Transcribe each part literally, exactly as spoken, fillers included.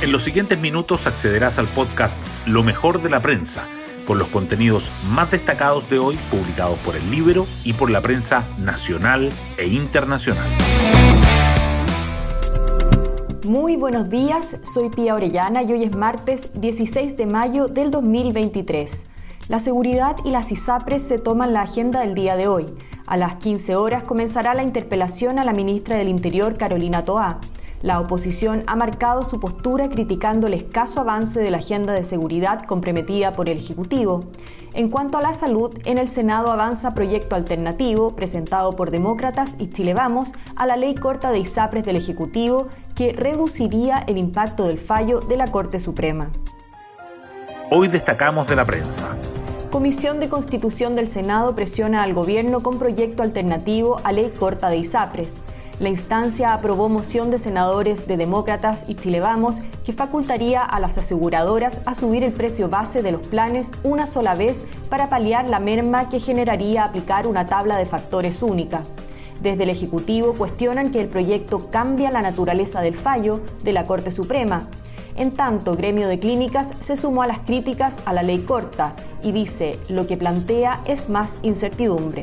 En los siguientes minutos accederás al podcast Lo mejor de la prensa, con los contenidos más destacados de hoy publicados por El Líbero y por la prensa nacional e internacional. Muy buenos días, soy Pía Orellana y hoy es martes dieciséis de mayo del dos mil veintitrés. La seguridad y las ISAPRES se toman la agenda del día de hoy. A las quince horas comenzará la interpelación a la ministra del Interior, Carolina Toá. La oposición ha marcado su postura criticando el escaso avance de la agenda de seguridad comprometida por el Ejecutivo. En cuanto a la salud, en el Senado avanza proyecto alternativo presentado por Demócratas y Chile Vamos a la ley corta de ISAPRES del Ejecutivo que reduciría el impacto del fallo de la Corte Suprema. Hoy destacamos de la prensa. Comisión de Constitución del Senado presiona al gobierno con proyecto alternativo a ley corta de ISAPRES. La instancia aprobó moción de senadores de Demócratas y Chile Vamos que facultaría a las aseguradoras a subir el precio base de los planes una sola vez para paliar la merma que generaría aplicar una tabla de factores única. Desde el Ejecutivo cuestionan que el proyecto cambia la naturaleza del fallo de la Corte Suprema. En tanto, Gremio de Clínicas se sumó a las críticas a la ley corta y dice lo que plantea es más incertidumbre.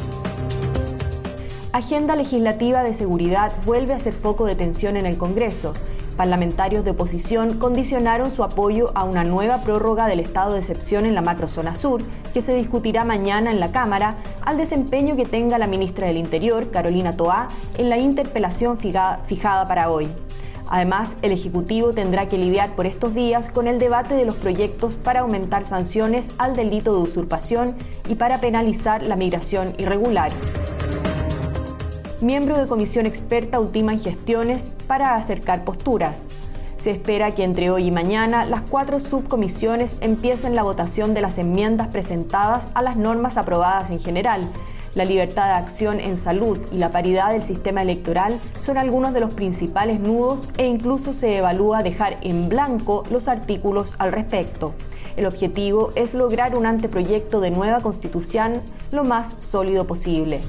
Agenda legislativa de seguridad vuelve a ser foco de tensión en el Congreso. Parlamentarios de oposición condicionaron su apoyo a una nueva prórroga del estado de excepción en la macrozona sur, que se discutirá mañana en la Cámara, al desempeño que tenga la ministra del Interior, Carolina Toá, en la interpelación fijada, fijada para hoy. Además, el Ejecutivo tendrá que lidiar por estos días con el debate de los proyectos para aumentar sanciones al delito de usurpación y para penalizar la migración irregular. Miembro de comisión experta ultiman gestiones para acercar posturas. Se espera que entre hoy y mañana las cuatro subcomisiones empiecen la votación de las enmiendas presentadas a las normas aprobadas en general. La libertad de acción en salud y la paridad del sistema electoral son algunos de los principales nudos e incluso se evalúa dejar en blanco los artículos al respecto. El objetivo es lograr un anteproyecto de nueva constitución lo más sólido posible.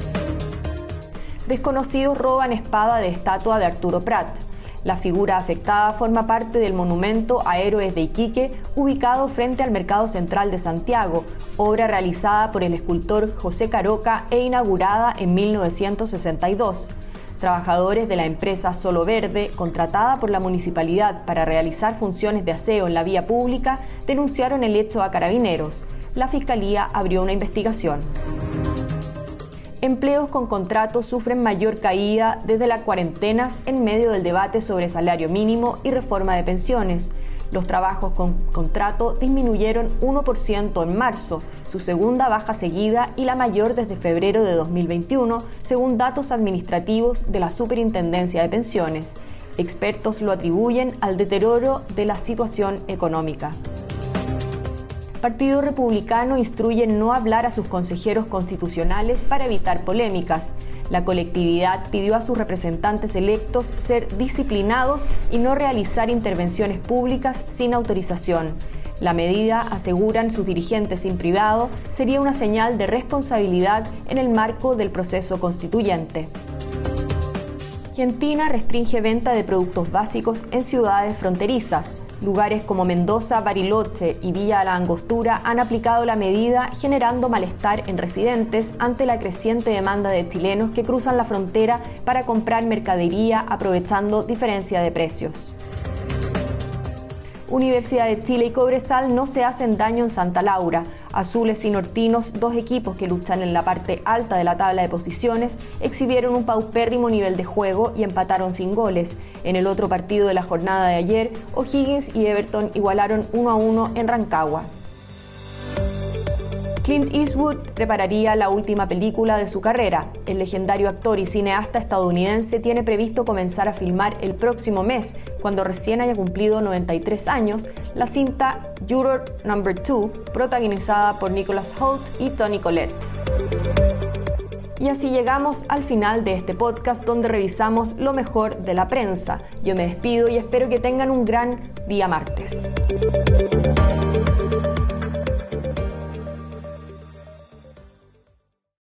Desconocidos roban espada de estatua de Arturo Prat. La figura afectada forma parte del monumento a héroes de Iquique, ubicado frente al Mercado Central de Santiago, obra realizada por el escultor José Caroca e inaugurada en mil novecientos sesenta y dos. Trabajadores de la empresa Solo Verde, contratada por la municipalidad para realizar funciones de aseo en la vía pública, denunciaron el hecho a Carabineros. La Fiscalía abrió una investigación. Empleos con contrato sufren mayor caída desde las cuarentenas en medio del debate sobre salario mínimo y reforma de pensiones. Los trabajos con contrato disminuyeron uno por ciento en marzo, su segunda baja seguida y la mayor desde febrero de dos mil veintiuno, según datos administrativos de la Superintendencia de Pensiones. Expertos lo atribuyen al deterioro de la situación económica. Partido Republicano instruye no hablar a sus consejeros constitucionales para evitar polémicas. La colectividad pidió a sus representantes electos ser disciplinados y no realizar intervenciones públicas sin autorización. La medida, aseguran sus dirigentes en privado, sería una señal de responsabilidad en el marco del proceso constituyente. Argentina restringe venta de productos básicos en ciudades fronterizas. Lugares como Mendoza, Bariloche y Villa La Angostura han aplicado la medida, generando malestar en residentes ante la creciente demanda de chilenos que cruzan la frontera para comprar mercadería aprovechando diferencia de precios. Universidad de Chile y Cobresal no se hacen daño en Santa Laura. Azules y Nortinos, dos equipos que luchan en la parte alta de la tabla de posiciones, exhibieron un paupérrimo nivel de juego y empataron sin goles. En el otro partido de la jornada de ayer, O'Higgins y Everton igualaron uno a uno en Rancagua. Clint Eastwood prepararía la última película de su carrera. El legendario actor y cineasta estadounidense tiene previsto comenzar a filmar el próximo mes, cuando recién haya cumplido noventa y tres años, la cinta Juror número dos, protagonizada por Nicholas Hoult y Toni Collette. Y así llegamos al final de este podcast donde revisamos lo mejor de la prensa. Yo me despido y espero que tengan un gran día martes.